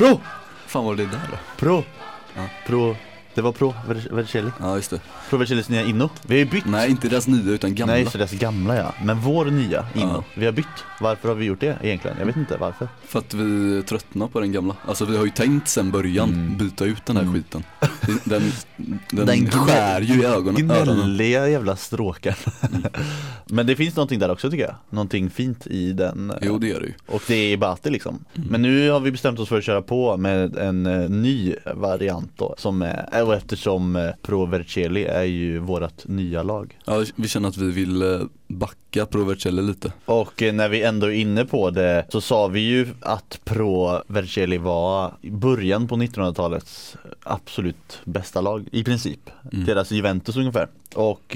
Pro! Fan var det där då? Pro! Ja. Pro, det var Pro Vercelli. Ja, just det. Pro Vercellis nya Inno. Vi har ju bytt. Nej, inte deras nya utan gamla. Nej, så deras gamla, ja. Men vår nya Inno. Ja. Vi har bytt. Varför har vi gjort det egentligen? Jag vet inte varför. För att vi tröttnar på den gamla. Alltså vi har ju tänkt sen början byta ut den här skiten. Den skär ju i ögonen. Gnälliga jävla stråkar. Men det finns någonting där också tycker jag. Någonting fint i den. Jo, det är det ju. Och det är Bati liksom. Men nu har vi bestämt oss för att köra på med en ny variant då, som är, och eftersom Pro Vercelli är ju vårat nya lag. Ja, vi känner att vi vill backa Pro Vercelli lite. Och när vi ändå är inne på det så sa vi ju att Pro Vercelli var i början på 1900-talets absolut bästa lag i princip. Deras Juventus ungefär. Och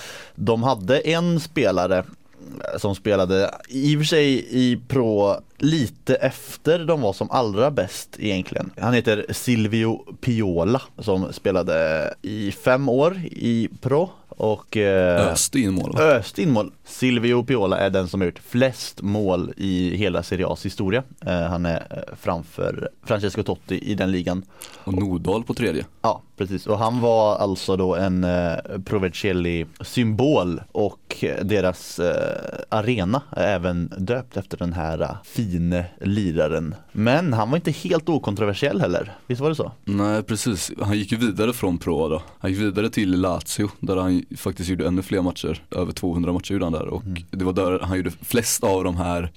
de hade en spelare som spelade i och för sig i Pro lite efter de var som allra bäst egentligen. Han heter Silvio Piola som spelade i 5 år i Pro och öste in mål. Silvio Piola är den som har gjort flest mål i hela Serie A's historia. Han är framför Francesco Totti i den ligan. Och Nordahl på tredje. Ja, precis. Och han var alltså då en Pro Vercelli-symbol och deras arena är även döpt efter den här fine liraren. Men han var inte helt okontroversiell heller. Visst var det så? Nej, precis. Han gick ju vidare från Pro då. Han gick vidare till Lazio där han faktiskt gjorde ännu fler matcher. Över 200 matcher gjorde han där. Och det var där han gjorde flest av de här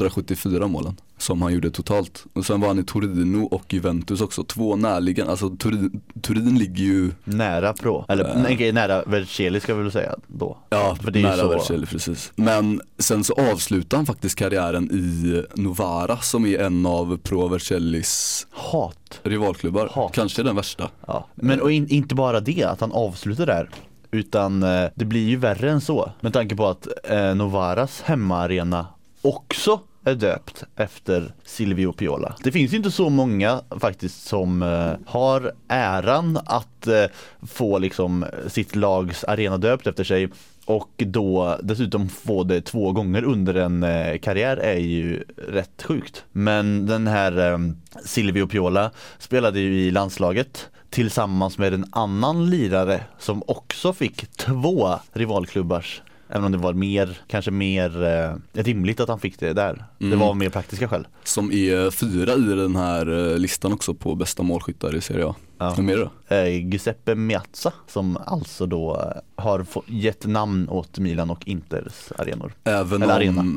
274 målen som han gjorde totalt. Och sen var han i Torino och Juventus också. 2 närliggande. Alltså Turin ligger ju nära Pro. Eller nära Vercelli ska vi väl säga då. Ja, för det är nära så... Vercelli, precis. Men sen så avslutar han faktiskt karriären i Novara som är en av Pro Vercellis rivalklubbar. Kanske den värsta. Ja. Men och inte bara det att han avslutar där. Utan det blir ju värre än så. Med tanke på att Novaras hemmaarena också är döpt efter Silvio Piola. Det finns ju inte så många faktiskt som har äran att få liksom sitt lags arena döpt efter sig och då dessutom få det 2 gånger under en karriär är ju rätt sjukt. Men den här Silvio Piola spelade ju i landslaget tillsammans med en annan lirare som också fick 2 rivalklubbars. Även om det var kanske mer rimligt att han fick det där. Det var mer praktiska skäl. Som är 4 i den här listan också på bästa målskyttar i Serie A. Ja. Vem är det då? Giuseppe Meazza som alltså då har gett namn åt Milan och Inters arenor. Även om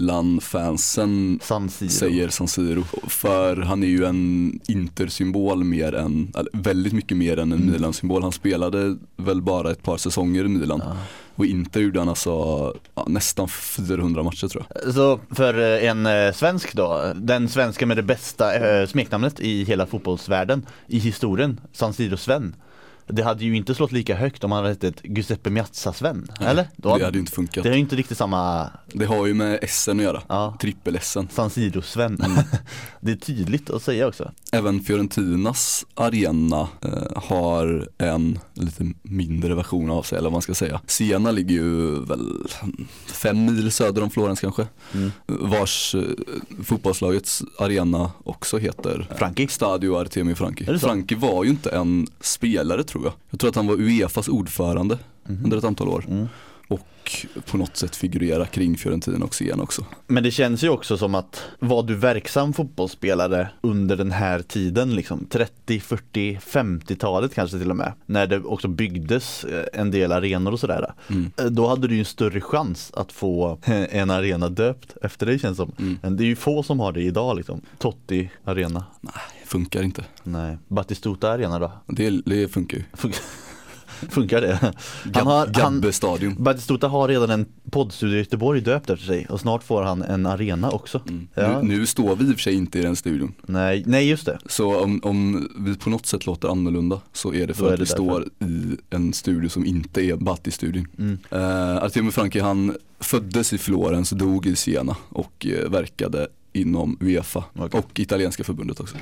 Milan-fansen säger San Siro. För han är ju en Inter-symbol väldigt mycket mer än en Milan-symbol. Han spelade väl bara ett par säsonger i Milan. Ja. Och Inter gjorde han alltså nästan 400 matcher tror jag. Så för en svensk då, den svenska med det bästa smeknamnet i hela fotbollsvärlden i historien, San Siro Sven. Det hade ju inte slått lika högt om han hade hetat Giuseppe Meazza Sven, eller? Det hade ju inte funkat. Det är ju inte riktigt samma... Det har ju med S:en att göra, trippel-S:en. San Siro Sven. Det är tydligt att säga också. Även Fiorentinas arena har en lite mindre version av sig, eller vad man ska säga. Siena ligger ju väl 5 mil söder om Florens kanske. Vars fotbollslagets arena också heter Franchi. Stadio Artemio Franchi. Franchi var ju inte en spelare tror jag. Jag tror att han var UEFAs ordförande under ett antal år. Och på något sätt figurera kring Fiorentina och Siena också. Men det känns ju också som att var du verksam fotbollsspelare under den här tiden liksom 30, 40, 50-talet kanske till och med, när det också byggdes en del arenor och sådär. Då hade du ju en större chans att få en arena döpt efter dig känns som. Det är ju få som har det idag liksom. Totti arena. Nej, funkar inte. Nej. Batistuta arena då? Det funkar ju. Funkar det? Gabbe stadion. Batistuta har redan en poddstudio i Göteborg döpt efter sig och snart får han en arena också. Ja. Nu står vi i och för sig inte i den studion. Nej just det. Så om vi på något sätt låter annorlunda så är det för att vi står i en studio som inte är Batti-studion. Artemio Franchi, han föddes i Florens, dog i Siena och verkade inom UEFA och italienska förbundet också.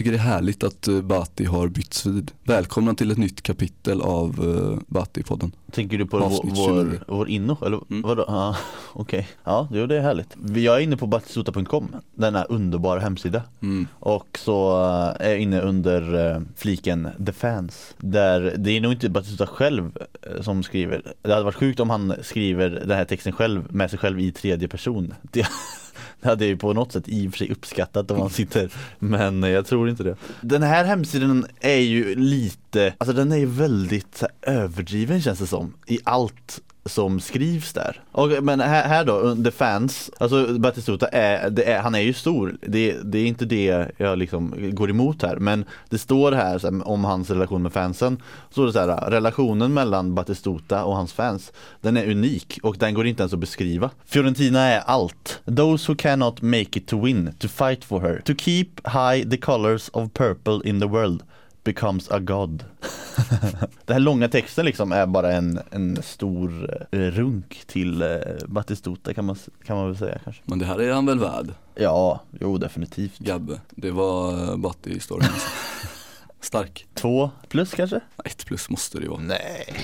tycker det är härligt att Bati har bytts vid. Välkomna till ett nytt kapitel av Bati-podden. Tänker du på vår inno? Eller vadå? Ja, okej. Ja, det är härligt. Jag är inne på batistuta.com, denna underbara hemsida. Och så är jag inne under fliken The Fans. Där det är nog inte Batistuta själv som skriver. Det hade varit sjukt om han skriver den här texten själv med sig själv i tredje person. Det hade ju på något sätt i och för sig uppskattat om man sitter, men jag tror inte det. Den här hemsidan är ju lite, alltså den är ju väldigt så här, överdriven känns det som, i allt som skrivs där. Men här då, The Fans, alltså Batistuta han är ju stor. Det är inte det jag liksom går emot här, men det står här så här, om hans relation med fansen. Så står det så här: relationen mellan Batistuta och hans fans, den är unik och den går inte ens att beskriva. Fiorentina är allt. Those who cannot make it to win, to fight for her, to keep high the colors of purple in the world becomes a god. Den här långa texten liksom är bara en stor runk till Batistuta kan man väl säga kanske. Men det här är han väl värd? Ja, jo definitivt. Gabbe, det var Bati-historien. Stark. 2+ kanske? 1+ måste det vara. Nej.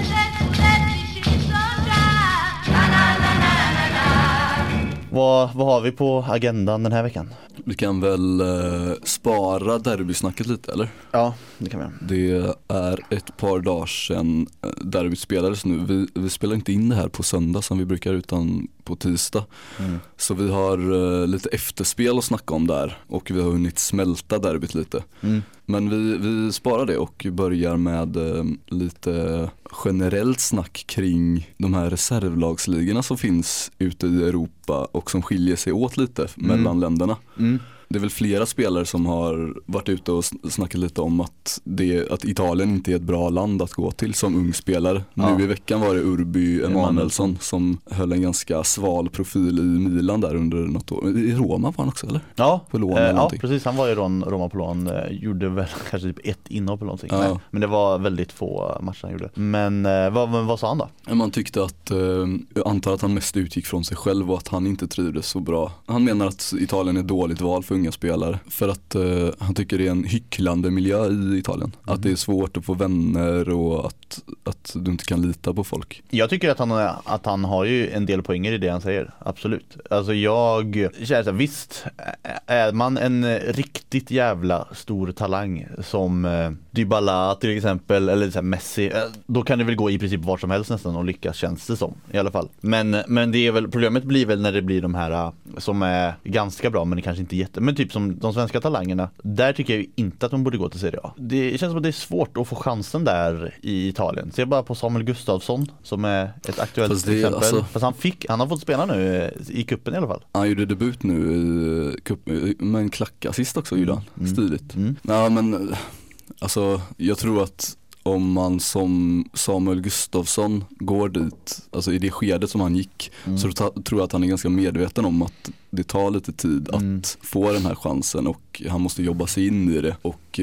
Vad har vi på agendan den här veckan? Vi kan väl spara derbysnacket lite, eller? Ja, det kan vi. Det är ett par dagar sedan derbyt spelades nu. Vi spelar inte in det här på söndag som vi brukar, utan på tisdag. Så vi har lite efterspel att snacka om där. Och vi har hunnit smälta derbyt lite. Men vi sparar det och börjar med lite generellt snack kring de här reservlagsligorna som finns ute i Europa och som skiljer sig åt lite mellan länderna. Det är väl flera spelare som har varit ute och snackat lite om att Italien inte är ett bra land att gå till som ung spelare. Nu i veckan var det Urby Emanuelsson som höll en ganska sval profil i Milan där under något år. I Roma var han också, eller? Ja, på lån precis. Han var ju Roma på lån. Gjorde väl kanske typ ett inhopp eller någonting. Ja. Men det var väldigt få matcher han gjorde. Men vad sa han då? Man tyckte att, jag antar att han mest utgick från sig själv och att han inte trivdes så bra. Han menar att Italien är dåligt val för unga spelare för att han tycker det är en hycklande miljö i Italien. Att det är svårt att få vänner och att du inte kan lita på folk. Jag tycker att han har ju en del poänger i det han säger. Absolut. Alltså jag känner visst, är man en riktigt jävla stor talang som Dybala till exempel, eller så här Messi, då kan det väl gå i princip vart som helst nästan och lyckas, känns det som i alla fall. Men det är väl, problemet blir väl när det blir de här som är ganska bra men det kanske inte men typ som de svenska talangerna, där tycker jag inte att de borde gå till Serie A. Det känns som att det är svårt att få chansen där i Italien. Se bara på Samuel Gustafsson som är ett aktuellt exempel. Alltså, fast han har fått spela nu i kuppen i alla fall. Han gjorde debut nu i kuppen med en klackassist också, gjorde han. Stiligt. Ja, men alltså jag tror att om man som Samuel Gustafsson går dit, alltså i det skedet som han gick, så tror jag att han är ganska medveten om att det tar lite tid att få den här chansen och han måste jobba sig in i det och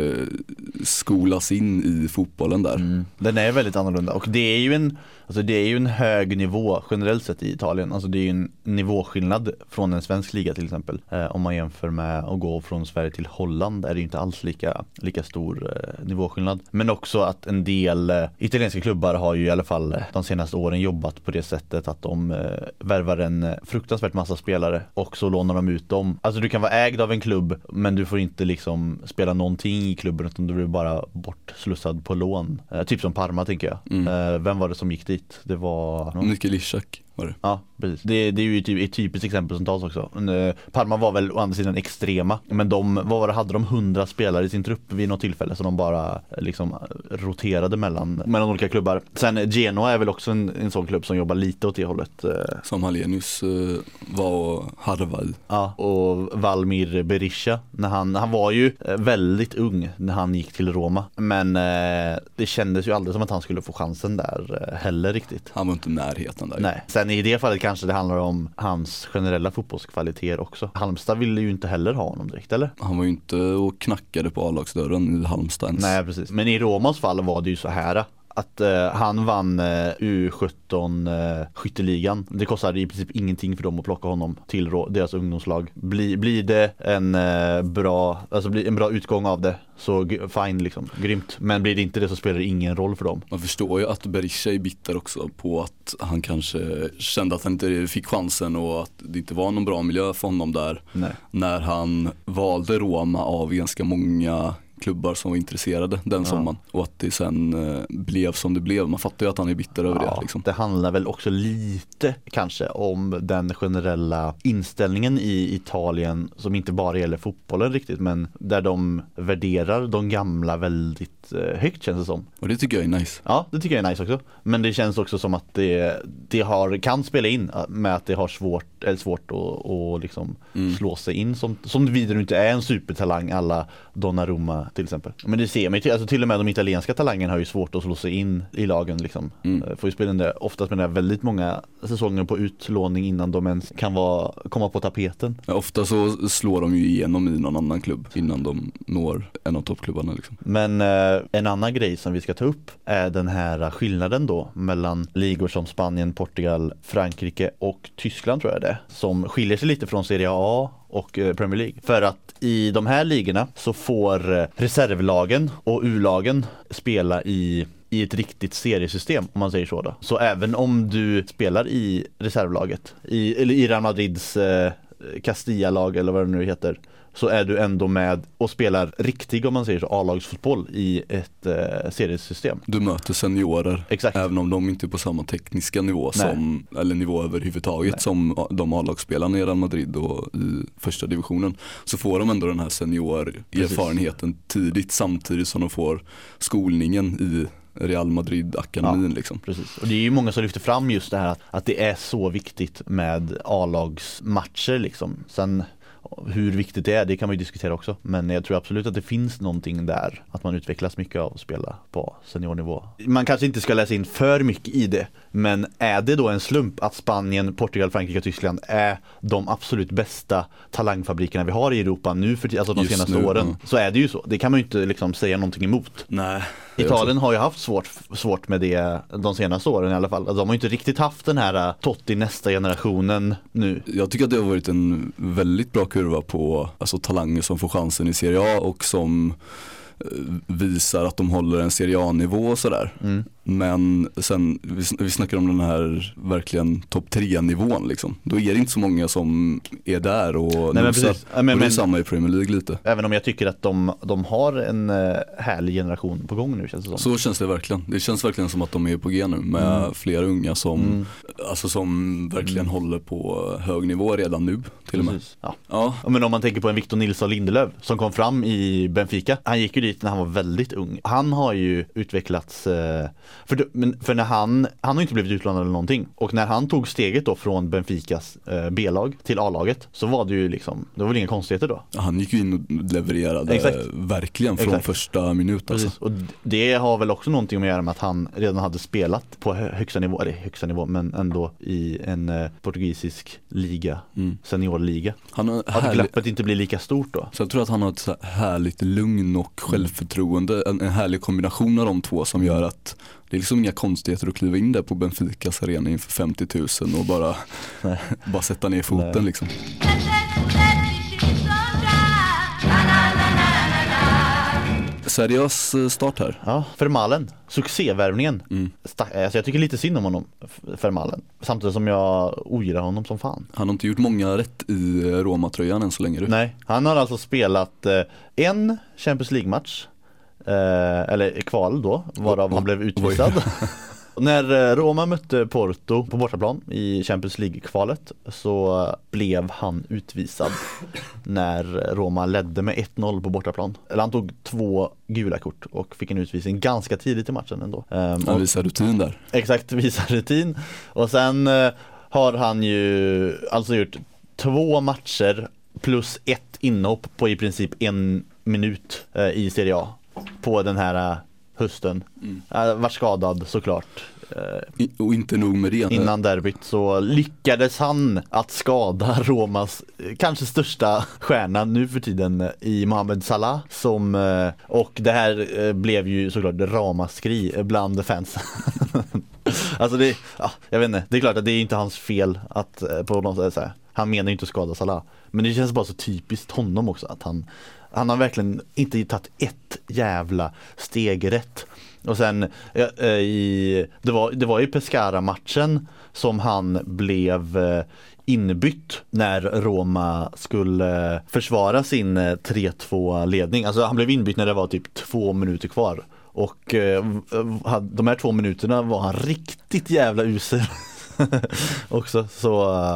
skolas in i fotbollen där. Den är väldigt annorlunda och det är ju en hög nivå generellt sett i Italien. Alltså det är ju en nivåskillnad från en svensk liga till exempel. Om man jämför med att gå från Sverige till Holland är det ju inte alls lika stor nivåskillnad. Men också att en del italienska klubbar har ju i alla fall de senaste åren jobbat på det sättet att de värvar en fruktansvärt massa spelare och så lånar de ut dem. Alltså du kan vara ägd av en klubb men du får inte liksom spela någonting i klubben utan du blir bara bortslussad på lån. Typ som Parma tänker jag. Vem var det som gick dit? Det var Mikael Ishak var det. Ja, precis. Det är ju ett typiskt exempel som tas också. Parma var väl å andra sidan extrema, men hade de 100 spelare i sin trupp vid något tillfälle så de bara liksom roterade mellan olika klubbar. Sen Genoa är väl också en sån klubb som jobbar lite åt det hållet. Som Hallenius var och harva i. Ja, och Valmir Berisha, när han var ju väldigt ung när han gick till Roma, men det kändes ju aldrig som att han skulle få chansen där heller riktigt. Han var inte i närheten där. Nej. Sen i det fallet kanske det handlar om hans generella fotbollskvaliteter också. Halmstad ville ju inte heller ha honom direkt, eller? Han var ju inte och knackade på A-lagsdörren i Halmstad ens. Nej, precis. Men i Romas fall var det ju så här att han vann U17 skytteligan. Det kostade i princip ingenting för dem att plocka honom till deras ungdomslag. Blir det en bra utgång av det, så fine liksom, grymt. Men blir det inte det, så spelar det ingen roll för dem. Man förstår ju att Berisha är bitter också på att han kanske kände att han inte fick chansen och att det inte var någon bra miljö för honom där. Nej. När han valde Roma av ganska många klubbar som var intresserade den sommaren, och att det sen blev som det blev. Man fattar ju att han är bitter över det liksom. Det handlar väl också lite kanske om den generella inställningen i Italien, som inte bara gäller fotbollen riktigt, men där de värderar de gamla väldigt högt, känns det som. Och det tycker jag är nice. Ja, det tycker jag är nice också. Men det känns också som att det kan spela in med att det har svårt att liksom slå sig in som vidare inte är en supertalang alla Donnarumma till exempel. Men det ser man ju, alltså till och med de italienska talangerna har ju svårt att slå sig in i lagen liksom. Får ju spela oftast med väldigt många säsonger på utlåning innan de ens kan komma på tapeten. Ja, ofta så slår de ju igenom i någon annan klubb innan de når en av toppklubbarna liksom. Men en annan grej som vi ska ta upp är den här skillnaden då mellan ligor som Spanien, Portugal, Frankrike och Tyskland, tror jag det är, som skiljer sig lite från Serie A och Premier League. För att i de här ligorna så får reservlagen och U-lagen spela i ett riktigt seriesystem, om man säger så då. Så även om du spelar i reservlaget, eller i Real Madrids Castilla-lag eller vad det nu heter, så är du ändå med och spelar riktig, om man säger så, A-lagsfotboll i ett seriesystem. Du möter seniorer. Exakt. Även om de inte är på samma tekniska nivå eller nivå överhuvudtaget som de A-lagsspelarna i Real Madrid och i första divisionen, så får de ändå den här seniorerfarenheten tidigt, samtidigt som de får skolningen i Real Madrid-akademin liksom. Precis. Och det är ju många som lyfter fram just det här att det är så viktigt med A-lagsmatcher liksom. Sen hur viktigt det kan man ju diskutera också. Men jag tror absolut att det finns någonting där, att man utvecklas mycket av att spela på seniornivå. Man kanske inte ska läsa in för mycket i det, men är det då en slump att Spanien, Portugal, Frankrike och Tyskland är de absolut bästa talangfabrikerna vi har i Europa nu alltså de senaste åren, så är det ju så. Det kan man ju inte liksom säga någonting emot. Nej. Italien har ju haft svårt med det de senaste åren i alla fall. Alltså, de har ju inte riktigt haft den här Totti nästa generationen nu. Jag tycker att det har varit en väldigt bra kurva på talanger som får chansen i Serie A och som visar att de håller en Serie A-nivå och sådär. Men sen, vi snackar om den här verkligen topp 3-nivån liksom. Då är det inte så många som är där och nosar. Men det är samma i Premier League lite. Även om jag tycker att de har en härlig generation på gång nu, känns det som. Så känns det verkligen. Det känns verkligen som att de är på G nu med flera unga som verkligen håller på hög nivå redan nu till och med. Ja. Men om man tänker på en Victor Nilsson Lindelöf som kom fram i Benfica. Han gick ju dit när han var väldigt ung. Han har ju utvecklats för när han har inte blivit utlånad eller någonting. Och när han tog steget då från Benficas B-lag till A-laget, så var det ju liksom, det var väl inga konstigheter då. Ja, han gick ju in och levererade verkligen från första minut alltså. Och det har väl också någonting att göra med att han redan hade spelat på högsta nivå, men ändå i en portugisisk liga, seniorliga. Att glappet inte blir lika stort då. Så jag tror att han har ett så härligt lugn och självförtroende, en härlig kombination av de två som gör att det är liksom inga konstigheter att kliva in där på Benficas arena inför 50 000 och bara sätta ner foten liksom. Seriös start här. Ja, Vermaelen, succévärvningen. Alltså jag tycker lite synd om honom, Vermaelen. Samtidigt som jag ogillar honom som fan. Han har inte gjort många rätt i Roma-tröjan än så länge. Nej, han har alltså spelat en Champions League-match. Eller kval då, varav han blev utvisad. När Roma mötte Porto på bortaplan i Champions League-kvalet, så blev han utvisad när Roma ledde med 1-0 på bortaplan. Eller han tog 2 gula kort och fick en utvisning ganska tidigt i matchen ändå. Han visar rutin där. Exakt, visar rutin. Och sen har han ju alltså gjort 2 matcher plus 1 inhopp på i princip 1 minut i Serie A på den här hösten. Var skadad såklart Och inte nog med det. Innan derbyt så lyckades han att skada Romas kanske största stjärna nu för tiden i Mohamed Salah och det här blev ju såklart ramaskri bland fans. Alltså jag vet inte, det är klart att det är inte hans fel att på något sätt säga. Han menar ju inte att skada Salah. Men det känns bara så typiskt honom också att han har verkligen inte tagit ett jävla steg rätt. Och sen det var ju Pescara-matchen som han blev inbytt när Roma skulle försvara sin 3-2-ledning. Alltså han blev inbytt när det var typ 2 minuter kvar. Och de här 2 minuterna var han riktigt jävla usel också. Så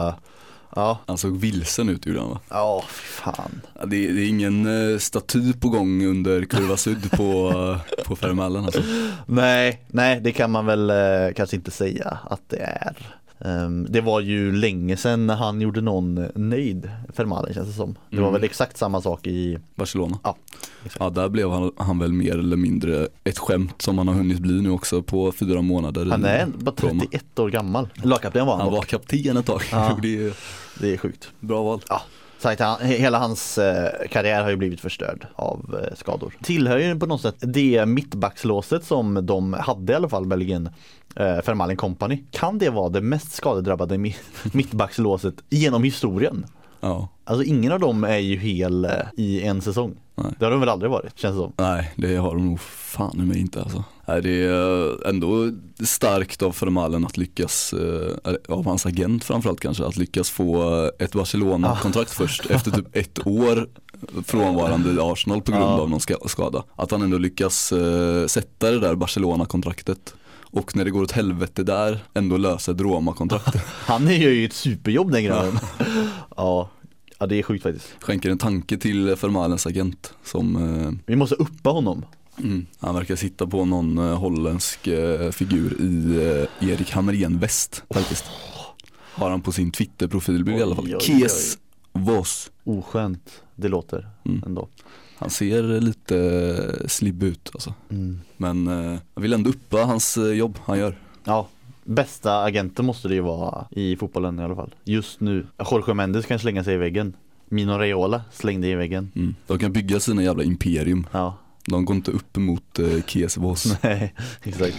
ja. Han såg vilsen ut ur den, va? Ja, fan. Ja, det är ingen staty på gång under kurva syd på Fermalen alltså. Nej, det kan man väl kanske inte säga att det är. Det var ju länge sedan när han gjorde någon nöjd Fermalen, känns det som. Det var väl exakt samma sak i Barcelona. Ja, ja, där blev han väl mer eller mindre ett skämt som han har hunnit bli nu också på 4 månader. Han är bara 31 år gammal. Lagkapten var han. Han var kapten ett tag. Ja, det är sjukt. Bra val. Ja. Hela hans karriär har ju blivit förstörd av skador. Tillhör ju på något sätt det mittbackslåset som de hade i alla fall, Belgien, Fermalen Company. Kan det vara det mest skadedrabbade mittbackslåset genom historien? Ja. Alltså ingen av dem är ju hel i en säsong. Nej. Det har de väl aldrig varit, känns det som. Nej, det har de nog fan i mig inte alltså. Nej, det är ändå starkt av Fermalen att lyckas, av hans agent framförallt kanske, att lyckas få ett Barcelona-kontrakt först efter typ 1 år frånvarande i Arsenal på grund av någon skada. Att han ändå lyckas sätta det där Barcelona-kontraktet. Och när det går åt helvete där ändå löser ett Roma-kontrakt. Han gör ju ett superjobb den graden. Ja, det är sjukt faktiskt. Skänker en tanke till Fermalens agent som vi måste uppa honom. Han verkar sitta på någon holländsk figur i Erik Hamrén-väst faktiskt. Har han på sin Twitter-profilbild i alla fall. Kes Voss. Oskönt, det låter ändå. Han ser lite slibb ut alltså. Men jag vill ändå uppa hans jobb han gör. Ja, bästa agenten måste det ju vara i fotbollen i alla fall. Just nu, Jorge Mendes kan slänga sig i väggen. Mino Raiola slängde i väggen. De kan bygga sina jävla imperium. Ja. De går inte upp emot Kes Voss. Nej, exakt.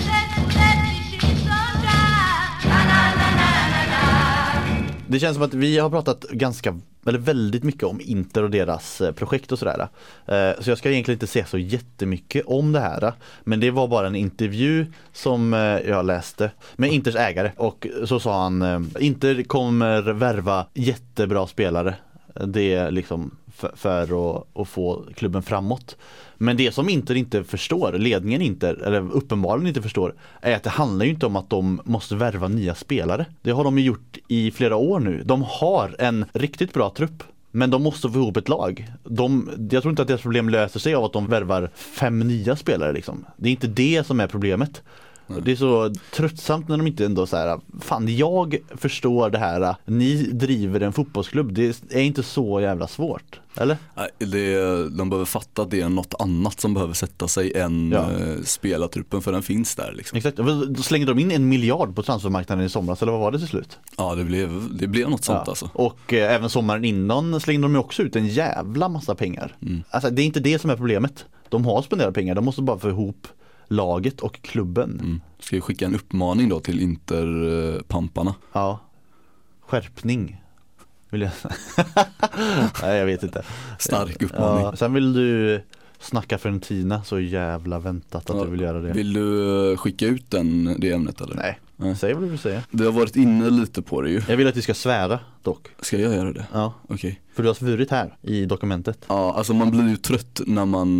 Det känns som att vi har pratat väldigt mycket om Inter och deras projekt och sådär. Så jag ska egentligen inte säga så jättemycket om det här. Men det var bara en intervju som jag läste med Inters ägare. Och så sa han, Inter kommer värva jättebra spelare. Det är liksom för att få klubben framåt. Men det som Inter inte förstår, ledningen eller uppenbarligen inte förstår, är att det handlar ju inte om att de måste värva nya spelare. Det har de ju gjort i flera år nu. De har en riktigt bra trupp, men de måste få ihop ett lag. Jag tror inte att deras problem löser sig av att de värvar 5 nya spelare liksom. Det är inte det som är problemet. Det är så tröttsamt när de inte ändå så här, fan, jag förstår det här, ni driver en fotbollsklubb, det är inte så jävla svårt, eller? Nej, de behöver fatta att det är något annat som behöver sätta sig än spelartruppen, för den finns där liksom. Exakt, då slängde de in 1 miljard på transfermarknaden i somras, eller vad var det till slut? Ja, det blev något sånt alltså. Och även sommaren innan slängde de också ut en jävla massa pengar. Alltså det är inte det som är problemet. De har spenderat pengar, de måste bara få ihop laget och klubben. Ska vi skicka en uppmaning då till Interpamparna? Ja. Skärpning vill jag säga. Nej, jag vet inte. Stark uppmaning. Ja, sen vill du snacka Fiorentina, så jävla väntat att du vill göra det. Vill du skicka ut det ämnet eller? Nej. Säg vad du vill säga. Vi har varit inne lite på det ju. Jag vill att vi ska svära dock. Ska jag göra det? Ja. Okej. För du har svurit här i dokumentet. Ja, alltså man blir ju trött när man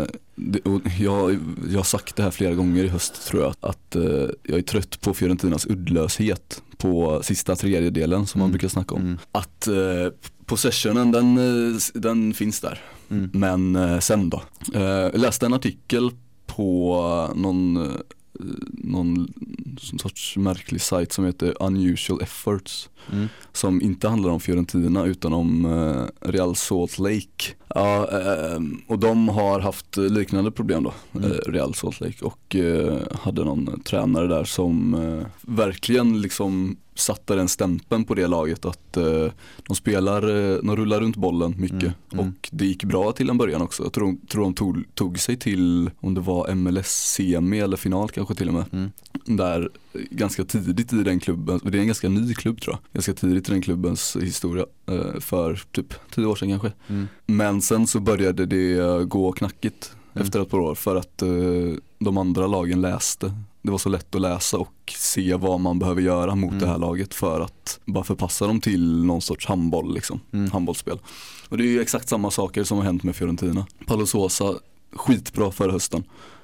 jag har sagt det här flera gånger i höst tror jag, att jag är trött på Fiorentinas uddlöshet på sista tredjedelen som man brukar snacka om. Att possessionen den finns där. Men sen då. Jag läste en artikel på någon någon sorts märklig sajt som heter Unusual Efforts, som inte handlar om Fiorentina utan om Real Salt Lake. Ja, och de har haft liknande problem då, Real Salt Lake, och hade någon tränare där som verkligen liksom satte den stämpeln på det laget att de rullar runt bollen mycket och det gick bra till en början också. Jag tror de tog sig till, om det var MLS-semi eller final kanske till och med, där ganska tidigt i den klubben, det är en ganska ny klubb tror jag, ganska tidigt i den klubbens historia, för typ 10 år sedan kanske. Men sen så började det gå knackigt efter ett par år för att de andra lagen läste. Det var så lätt att läsa och se vad man behöver göra mot det här laget för att bara förpassa dem till någon sorts handboll liksom, handbollsspel. Och det är ju exakt samma saker som har hänt med Fiorentina. Paulo Sousa, skitbra förra hösten.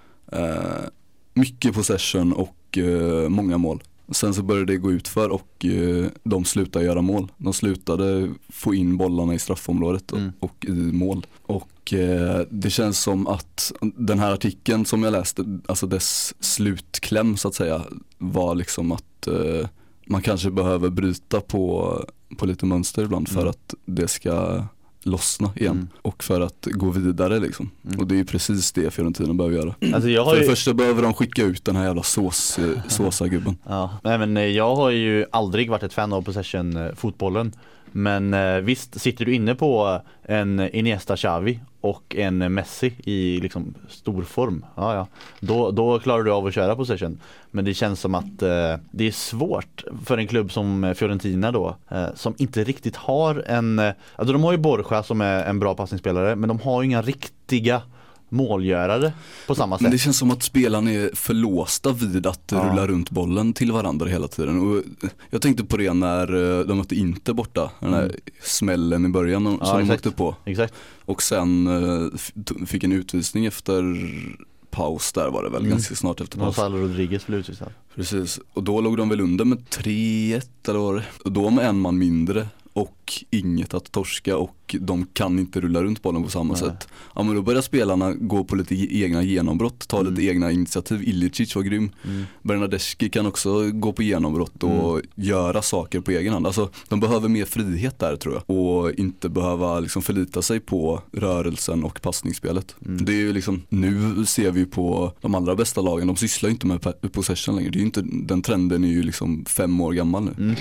Mycket possession och många mål. Sen så började det gå ut för och de slutade göra mål. De slutade få in bollarna i straffområdet och i mål. Och det känns som att den här artikeln som jag läste, alltså dess slutkläm så att säga, var liksom att man kanske behöver bryta på lite mönster ibland för att det ska lossna igen och för att gå vidare liksom. Och det är ju precis det Fiorentina behöver göra. Alltså för det första behöver de skicka ut den här jävla såsa-gubben. Ja, men jag har ju aldrig varit ett fan av possession-fotbollen. Men visst, sitter du inne på en Iniesta, Xavi och en Messi i liksom stor form, då klarar du av att köra possession. Men det känns som att det är svårt för en klubb som Fiorentina då, som inte riktigt har alltså de har ju Borja som är en bra passningsspelare, men de har ju inga riktiga målgörare på samma sätt. Men det känns som att spelarna är förlåsta vid att rulla runt bollen till varandra hela tiden. Och jag tänkte på det när de mötte inte borta, den här smällen i början som de åkte på. Exakt. Och sen fick en utvisning efter paus, där var det väl ganska snart efter paus. Gonzalo Rodriguez blev utvisad. Precis, och då låg de väl under med 3-1 eller vad det? Och då med en man mindre och inget att torska och de kan inte rulla runt bollen på samma sätt. Ja, men då börjar spelarna gå på lite egna genombrott, ta lite egna initiativ. Ilicic var grym. Bernadeschi kan också gå på genombrott och göra saker på egen hand. Alltså, de behöver mer frihet där tror jag, och inte behöva liksom förlita sig på rörelsen och passningsspelet. Det är ju liksom, nu ser vi på de allra bästa lagen, de sysslar inte med possession längre. Det är ju inte, den trenden är ju liksom 5 år gammal nu.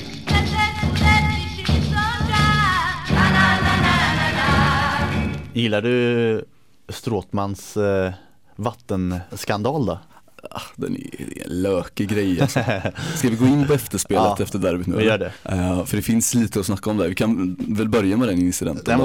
Gillar du Stråtmans vattenskandal då? Den är en lökig grej alltså. Ska vi gå in på efterspelet efter derbyt nu? Vi gör det. För det finns lite att snacka om där. Vi kan väl börja med den incidenten.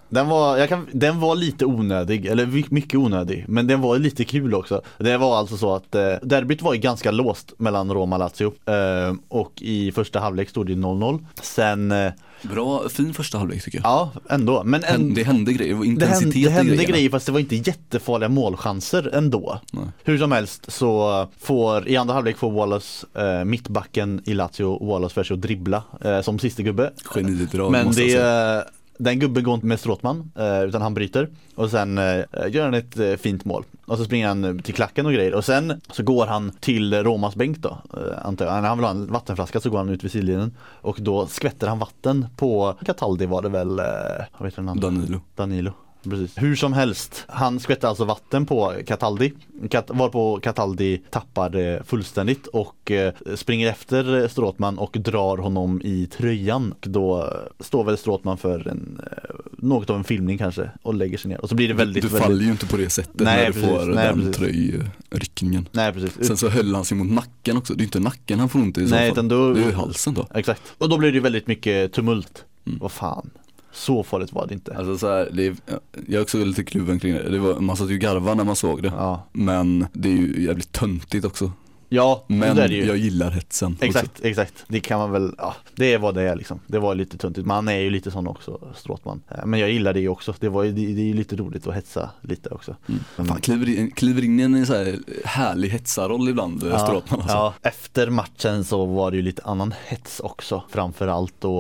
Den var lite onödig, eller mycket onödig, men den var lite kul också. Det var alltså så att derbyt var ju ganska låst mellan Roma och Lazio, och i första halvlek stod det 0-0. Sen bra, fin första halvlek tycker jag. Ja, ändå. Men det hände grejer, det var intensitet det hände i grejer, fast det var inte jättefarliga målchanser ändå. Nej. Hur som helst så i andra halvlek får Wallace, mittbacken i Lazio, Wallace för sig att dribbla som sista gubbe. Genidrag, men måste jag säga. Den gubben går inte med Stråtman, utan han bryter. Och sen gör han ett fint mål. Och så springer han till klacken och grejer. Och sen så går han till Romas bänk då, antar jag. När han vill ha en vattenflaska så går han ut vid sidlinjen. Och då skvätter han vatten på Cataldi, var det väl, vad vet du, Danilo. Precis. Hur som helst, han skvätter alltså vatten på Cataldi, varpå Cataldi tappar det fullständigt och springer efter Stråtman och drar honom i tröjan. Och då står väl Stråtman för något av en filmning kanske och lägger sig ner. Och så blir det väldigt... Du faller ju inte på det sättet när du får den tröjryckningen. Nej, precis. Sen så höll han sig mot nacken också. Det är inte nacken han får ont i så fall. Utan då, det är ju halsen då. Exakt. Och då blir det ju väldigt mycket tumult. Vad fan. Så farligt var det inte. Alltså så här, jag är också lite kluven kring det. Man satt ju garva när man såg det. Ja. Men det är ju jävligt töntigt också. Ja, men det är det ju. Jag gillar hetsen. Exakt. Det kan man väl, det är vad det är liksom. Det var lite töntigt. Man är ju lite sån också, Stråtman. Men jag gillar det ju också. Det är ju lite roligt att hetsa lite också. Fan, kliver in i en så här härlig hetsaroll ibland, Stråtman alltså. Ja, efter matchen så var det ju lite annan hets också. Framförallt då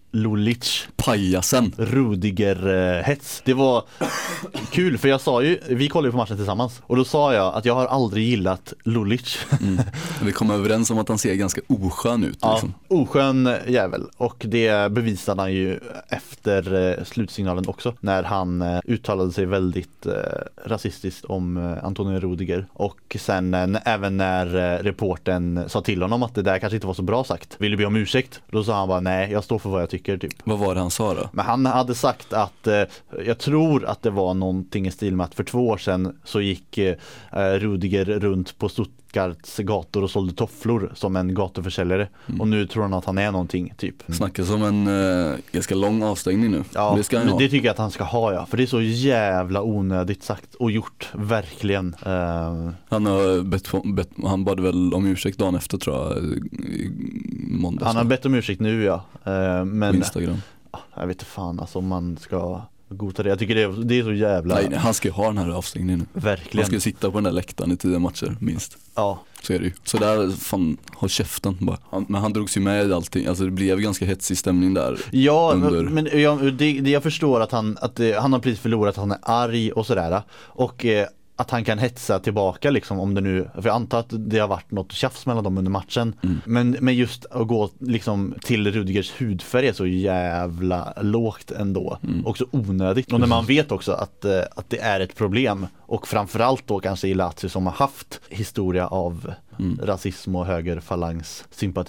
Lulic Pajasen. Rudiger-hets. Det var kul för jag sa ju, vi kollade ju på matchen tillsammans och då sa jag att jag har aldrig gillat Lulic. Vi kom överens om att han ser ganska oskön ut. Ja, Liksom. oskön jävel. Och det bevisade han ju efter slutsignalen också. När han uttalade sig väldigt rasistiskt om Antonio Rudiger. Och sen även när reporten sa till honom att det där kanske inte var så bra sagt. Vill du be om ursäkt? Då sa han bara nej, jag står för vad jag tycker typ. Vad var det han sa då? Men han hade sagt att jag tror att det var någonting i stil med att för 2 år sedan så gick Rudiger runt på Stuttgarts gator och sålde tofflor som en gatuförsäljare. Och nu tror han att han är någonting typ. Snackas om en ganska lång avstängning nu. Ja, det ska han ha. det tycker jag att han ska ha, ja. För det är så jävla onödigt sagt och gjort, verkligen. Han har han bad väl om ursäkt dagen efter tror jag, i måndags. Han har bett om ursäkt nu, ja. Men på Instagram. jag vet inte fan alltså, om man ska godta det. Jag tycker det är så jävla... Nej, han ska ju ha den här avstängningen nu. Verkligen. Han ska ju sitta på den där läktaren i 10 matcher minst. Ja. Så är det ju. Så där, fan, håll käften bara. Men han drogs ju med i allting. Alltså det blev ganska hetsig stämning där. Ja, men jag förstår att han har precis förlorat, att han är arg och sådär. Och att han kan hetsa tillbaka liksom, om det nu, för jag antar att det har varit något tjafs mellan dem under matchen. Men just att gå liksom till Rudigers hudfärg är så jävla lågt ändå. Och så onödigt. Och när man vet också att det är ett problem, och framförallt då kanske i Lazio som har haft historia av rasism och högerfalangs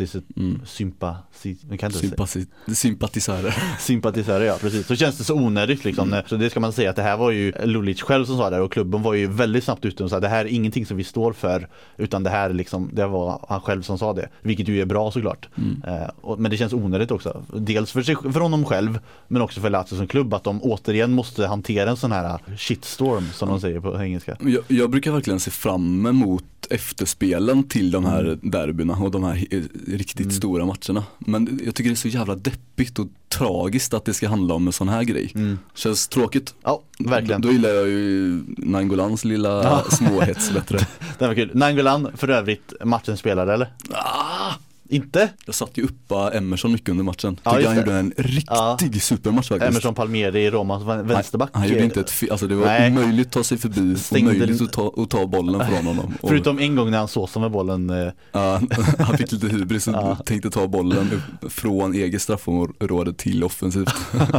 sympatisörer, ja precis. Så känns det så onödigt liksom. Så det ska man säga att det här var ju Lulic själv som sa det, och klubben var ju väldigt snabbt ute och sa det här är ingenting som vi står för, utan det här liksom, det var han själv som sa det, vilket ju är bra såklart. Men det känns onödigt också. Dels för honom själv, men också för Lazio som klubb, att de återigen måste hantera en sån här shitstorm som de säger på engelska. Jag brukar verkligen se fram emot efterspelen till de här derbyna och de här riktigt stora matcherna. Men jag tycker det är så jävla deppigt och tragiskt att det ska handla om en sån här grej. Känns tråkigt. Ja, verkligen. Då gillar jag ju Nangolans lilla småhets bättre. Det var kul. Nangolan för övrigt matchens spelare, eller? Inte? Jag satt ju uppa Emerson mycket under matchen. Ja, han gjorde en riktig supermatch faktiskt. Emerson Palmieri i Romas vänsterback. Han gjorde inte alltså det var omöjligt att ta sig förbi. Omöjligt att ta bollen från honom. Förutom en gång när han såsade med bollen. Han fick lite hybris och tänkte ta bollen från eget straffområde till offensivt.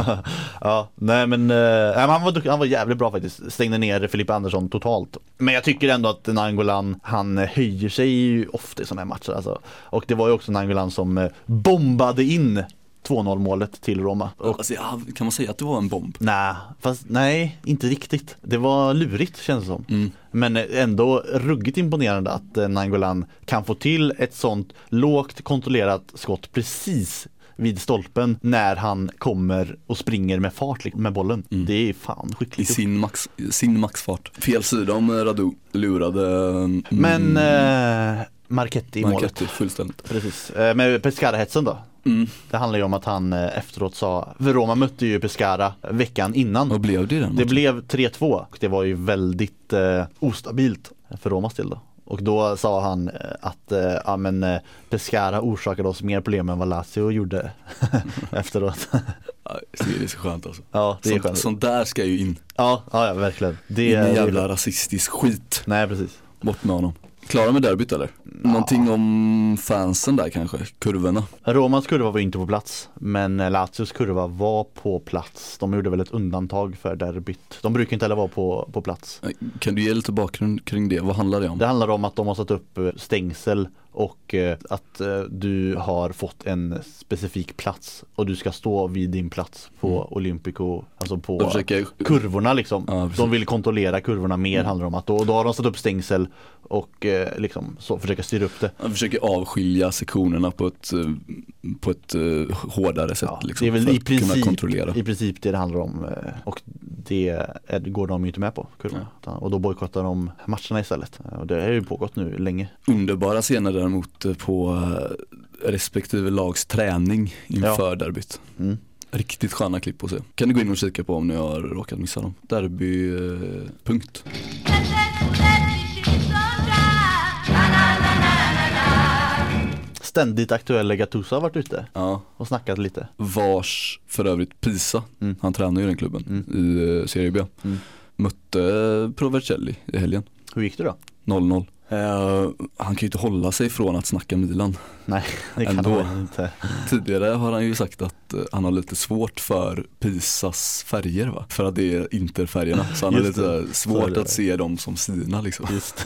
Nej men han var jävligt bra faktiskt. Stängde ner Filippa Andersson totalt. Men jag tycker ändå att Nangolan, han höjer sig ju ofta i sådana här matcher alltså. Och det var ju också Nangolan som bombade in 2-0 målet till Roma. Och, alltså, kan man säga att det var en bomb? Nej, inte riktigt. Det var lurigt känns det som. Men ändå ruggigt imponerande att Nangolan kan få till ett sånt lågt kontrollerat skott precis vid stolpen när han kommer och springer med fart med bollen. Det är fan skickligt. I sin maxfart. Fel sida om Radu lurade. Men Marchetti i målet. Fullständigt. Precis. Med Pescara-hetsen då. Det handlar ju om att han efteråt sa, för Roma mötte ju Pescara veckan innan. Vad blev det den? Det blev 3-2. Det var ju väldigt ostabilt för Romas del då. Och då sa han att Pescara orsakade oss mer problem än vad Lazio gjorde efteråt. Det är så skönt alltså. Ja, det är skönt. Sånt där ska ju in. Ja, verkligen. Det är en jävla rasistisk skit. Nej, precis. Bort med honom. Klara med derbyt eller? Någonting om fansen där kanske, kurvorna. Romas kurva var inte på plats, men Lazios kurva var på plats. De gjorde väl ett undantag för derbyt. De brukar inte heller vara på plats. Kan du ge lite bakgrund kring det? Vad handlar det om? Det handlar om att de har satt upp stängsel och att du har fått en specifik plats och du ska stå vid din plats på Olympico, alltså på kurvorna liksom. Ja, de vill kontrollera kurvorna mer, handlar om att då har de satt upp stängsel och liksom så försöka styra upp det. De försöker avskilja sektionerna på ett hårdare sätt liksom, det är väl för att kunna kontrollera. I princip det handlar om, och det går de ju inte med på kurvorna. Och då bojkottar de matcherna istället. Och det har ju pågått nu länge. Underbara scener däremot på respektive lags träning inför derbyt. Riktigt sköna klipp att se. Kan du gå in och kika på om ni har råkat missa dem. Derby punkt. ständigt aktuella Gattuso har varit ute Ja, och snackat lite. vars för övrigt Pisa, han tränar ju den klubben i Serie B. Mötte Provercelli i helgen. Hur gick det då? 0-0. Han kan ju inte hålla sig från att snacka Milan. Nej, det kan Ändå. han inte. Tidigare har han ju sagt att han har lite svårt för Pisas färger, va? För att det är Interfärgerna. Så han har Just lite det. svårt Så att se dem som sina liksom. Just.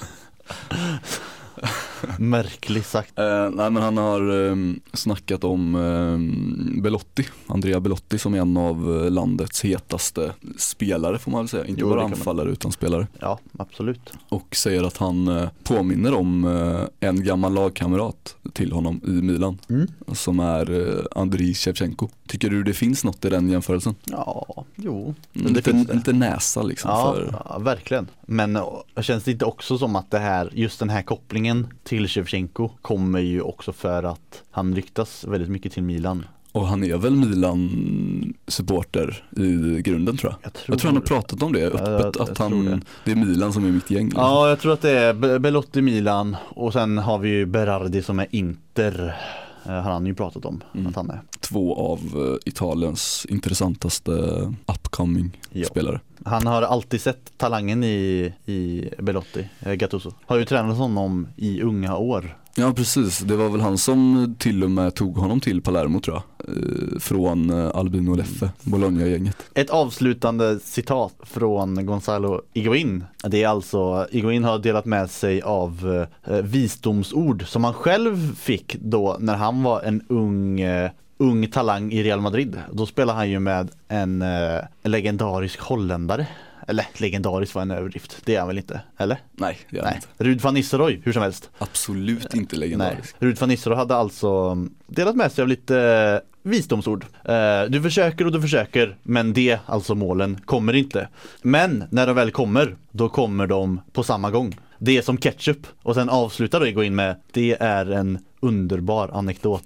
Märkligt sagt. Nej, men han har snackat om Belotti, Andrea Belotti, som är en av landets hetaste spelare, får man väl säga. Inte Jo, bara det kan man. anfallare utan spelare. Ja, absolut. Och säger att han påminner om en gammal lagkamrat till honom i Milan, som är Andriy Shevchenko. Tycker du det finns något i den jämförelsen? Ja, jo. Lite näsa liksom. Ja, verkligen. Men känns det inte också som att just den här kopplingen till Shevchenko kommer ju också för att han ryktas väldigt mycket till Milan. Och han är väl Milan-supporter i grunden, tror jag. Jag tror han har pratat om det öppet, att det är Milan som är mitt gäng. Liksom. Ja, jag tror att det är Belotti Milan och sen har vi ju Berardi som är Inter. Har han ju pratat om att han är. 2 av Italiens intressantaste upcoming spelare. Han har alltid sett talangen i Belotti, Gattuso. Har ju tränat honom i unga år. Ja, precis. Det var väl han som till och med tog honom till Palermo, tror jag. Från Albino Leffe, Bologna-gänget. Ett avslutande citat från Gonzalo Higuaín. Det är alltså, Higuaín har delat med sig av visdomsord som han själv fick då när han var en ung talang i Real Madrid. Då spelade han ju med en legendarisk holländare. Eller legendarisk var en överdrift. Det är han väl inte, eller? Nej, det är han inte. Ruud van Nistelrooy, hur som helst. Absolut inte legendarisk. Nej. Ruud van Nistelrooy hade alltså delat med sig av lite visdomsord. Du försöker, men det, alltså målen, kommer inte. Men när de väl kommer, då kommer de på samma gång. Det är som ketchup. Och sen avslutar då gå in med: det är en underbar anekdot.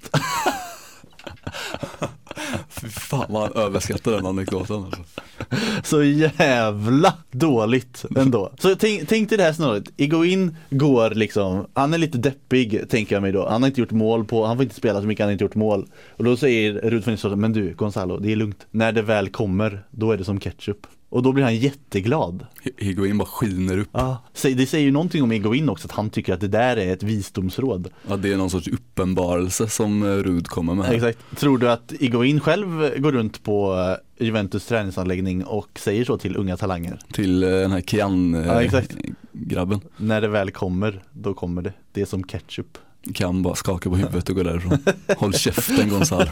Fy fan, man överskattar den anekdoten alltså. Så jävla dåligt ändå. Så tänk dig det här snarare. Higuaín går liksom, han är lite deppig, tänker jag mig då. Han har inte gjort mål han får inte spela så mycket, han har inte gjort mål. Och då säger Ruud van Nistelrooy: men du Gonzalo, det är lugnt. När det väl kommer, då är det som ketchup. Och då blir han jätteglad. Higuaín bara skiner upp. Ja, det säger ju någonting om Higuaín också, att han tycker att det där är ett visdomsråd. Ja, det är någon sorts uppenbarelse som Ruud kommer med här. Exakt. Tror du att Higuaín själv går runt på Juventus träningsanläggning och säger så till unga talanger? Till den här Kian-grabben. När det väl kommer, då kommer det. Det är som ketchup. Kan bara skaka på huvudet och gå därifrån. Håll käften, Gonzalo.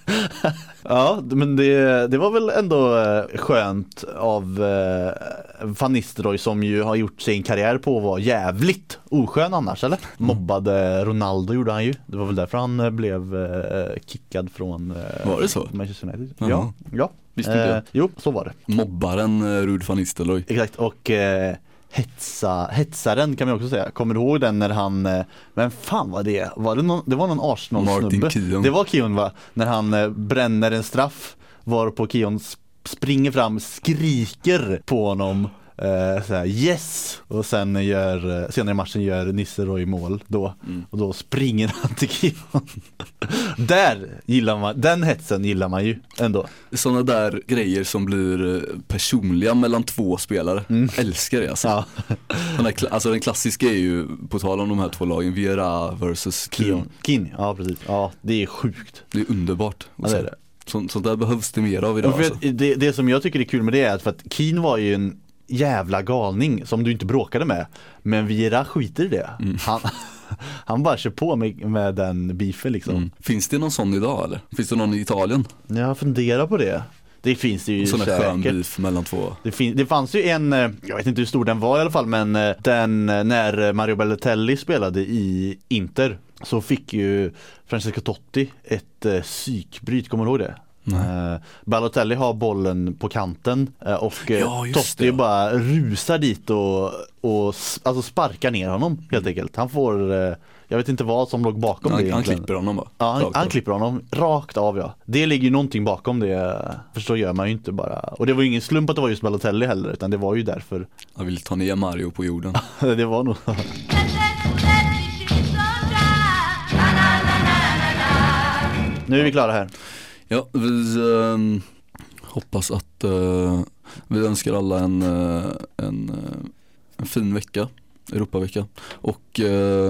Ja, men det var väl ändå skönt av Van Nistelrooy, som ju har gjort sin karriär på att vara jävligt oskön annars, eller? Mobbade Ronaldo gjorde han ju. Det var väl därför han blev kickad från var det så? Manchester United. Ja. Visst inte. Jo, så var det. Mobbaren Ruud van Nistelrooy. Exakt, och hetsaren kan man också säga. Kommer du ihåg den när han, men fan vad det var någon Arsenal-snubbe. Det var Kion, va? När han bränner en straff, varpå Kion springer fram, skriker på honom så här, yes! Och sen senare i matchen gör Nistelrooy mål då. Och då springer han till Kion. Där gillar man, den hetsen gillar man ju ändå. Sådana där grejer som blir personliga mellan två spelare. Älskar det alltså. Ja. Den klassiska är ju, på tal om de här två lagen, Vieira versus Keane. Ja, precis. Ja, det är sjukt. Det är underbart. Ja, det är det. Sånt där behövs det mer av idag. För alltså. Det som jag tycker är kul med det är att för att Keane var ju en jävla galning som du inte bråkade med. Men Vieira skiter i det. Han bara kör på med den beefen liksom. Finns det någon sån idag eller? Finns det någon i Italien? Jag funderar på det. Det finns det ju sån säkert. Skön beef mellan två. Det fanns ju en, jag vet inte hur stor den var i alla fall, men den när Mario Balotelli spelade i Inter så fick ju Francesco Totti ett psykbryt, kommer du ihåg det? Balotelli har bollen på kanten och Totti bara rusar dit och alltså sparkar ner honom helt enkelt. Han får, jag vet inte vad som låg bakom det. Han klipper honom bara. Ja, han klipper honom rakt av, ja. Det ligger ju någonting bakom det, för så gör man ju inte bara. Och det var ju ingen slump att det var just Balotelli heller, utan det var ju därför. Jag vill ta ner Mario på jorden. Det var nog Nu är vi klara här. Ja, vi hoppas att vi önskar alla en fin vecka, Europavecka. Och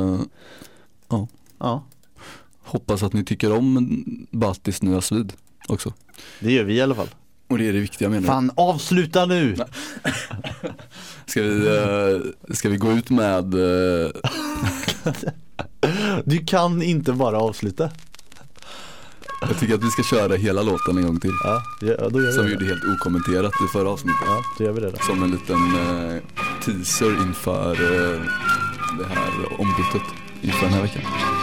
Ja, hoppas att ni tycker om Batis nya svid också. det gör vi i alla fall. Och det är det viktiga menar jag. Fan, avsluta nu! Ska vi gå ut med Du kan inte bara avsluta. jag tycker att vi ska köra hela låten en gång till. Ja, då gör vi Som vi det. gjorde helt okommenterat i förra avsnittet. Ja, då gör vi det då. Som en liten teaser inför det här ombytet inför den här veckan.